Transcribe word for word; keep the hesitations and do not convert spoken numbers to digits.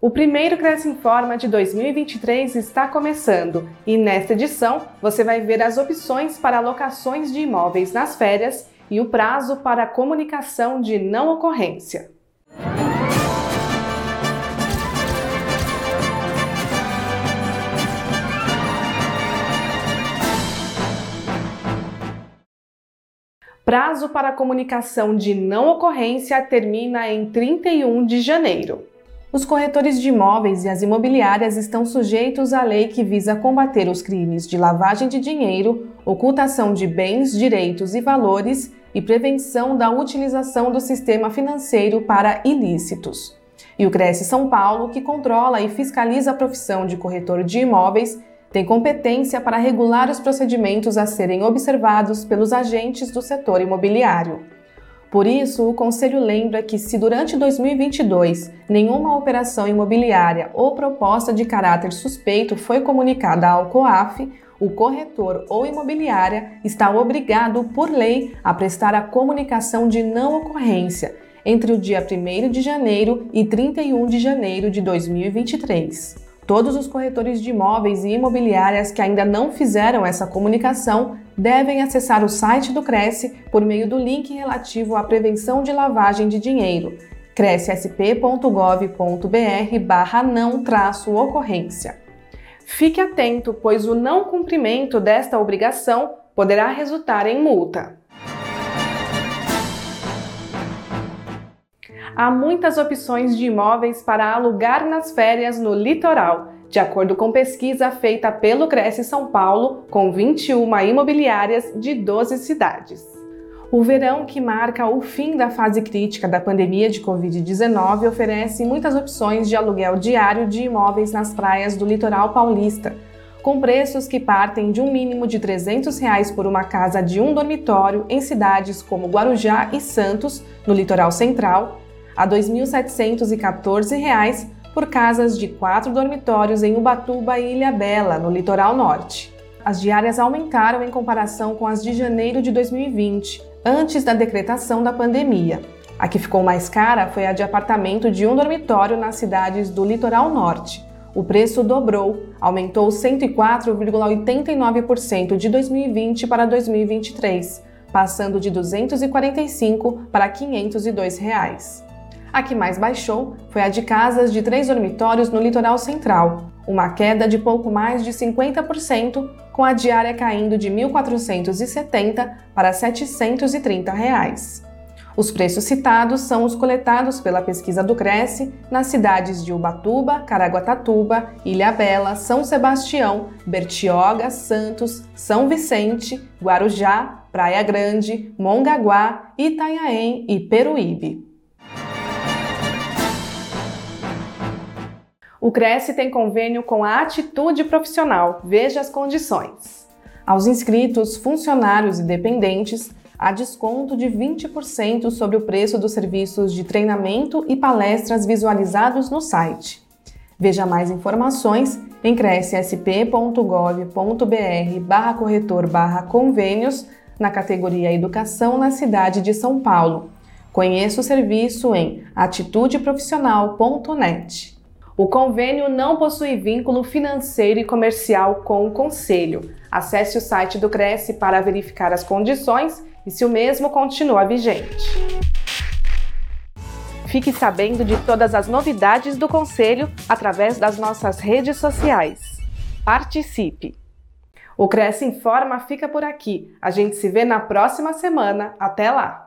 O primeiro Cresce Informa de dois mil e vinte e três está começando e nesta edição você vai ver as opções para alocações de imóveis nas férias e o prazo para a comunicação de não ocorrência. Prazo para a comunicação de não ocorrência termina em trinta e um de janeiro. Os corretores de imóveis e as imobiliárias estão sujeitos à lei que visa combater os crimes de lavagem de dinheiro, ocultação de bens, direitos e valores e prevenção da utilização do sistema financeiro para ilícitos. E o Cresce São Paulo, que controla e fiscaliza a profissão de corretor de imóveis, tem competência para regular os procedimentos a serem observados pelos agentes do setor imobiliário. Por isso, o Conselho lembra que se durante dois mil e vinte e dois nenhuma operação imobiliária ou proposta de caráter suspeito foi comunicada ao COAF, o corretor ou imobiliária está obrigado, por lei, a prestar a comunicação de não ocorrência entre o dia primeiro de janeiro e trinta e um de janeiro de dois mil e vinte e três. Todos os corretores de imóveis e imobiliárias que ainda não fizeram essa comunicação devem acessar o site do Cresce por meio do link relativo à prevenção de lavagem de dinheiro, crescsp ponto gov ponto br barra não traço ocorrência. Fique atento, pois o não cumprimento desta obrigação poderá resultar em multa. Há muitas opções de imóveis para alugar nas férias no litoral, de acordo com pesquisa feita pelo Cresce São Paulo, com vinte e uma imobiliárias de doze cidades. O verão, que marca o fim da fase crítica da pandemia de covid dezenove, oferece muitas opções de aluguel diário de imóveis nas praias do litoral paulista, com preços que partem de um mínimo de trezentos reais por uma casa de um dormitório em cidades como Guarujá e Santos, no litoral central, a dois mil setecentos e quatorze reais por casas de quatro dormitórios em Ubatuba e Ilhabela, no litoral norte. As diárias aumentaram em comparação com as de janeiro de dois mil e vinte, antes da decretação da pandemia. A que ficou mais cara foi a de apartamento de um dormitório nas cidades do litoral norte. O preço dobrou, aumentou cento e quatro vírgula oitenta e nove por cento de dois mil e vinte para dois mil e vinte e três, passando de duzentos e quarenta e cinco para quinhentos e dois reais. A que mais baixou foi a de casas de três dormitórios no litoral central, uma queda de pouco mais de cinquenta por cento, com a diária caindo de mil quatrocentos e setenta para setecentos e trinta reais. Os preços citados são os coletados pela pesquisa do Cresce nas cidades de Ubatuba, Caraguatatuba, Ilhabela, São Sebastião, Bertioga, Santos, São Vicente, Guarujá, Praia Grande, Mongaguá, Itanhaém e Peruíbe. O Cresce tem convênio com a Atitude Profissional. Veja as condições. Aos inscritos, funcionários e dependentes, há desconto de vinte por cento sobre o preço dos serviços de treinamento e palestras visualizados no site. Veja mais informações em crescsp ponto gov ponto br barra corretor barra convênios na categoria Educação na cidade de São Paulo. Conheça o serviço em atitude profissional ponto net. O convênio não possui vínculo financeiro e comercial com o Conselho. Acesse o site do Cresce para verificar as condições e se o mesmo continua vigente. Fique sabendo de todas as novidades do Conselho através das nossas redes sociais. Participe! O Cresce Informa fica por aqui. A gente se vê na próxima semana. Até lá!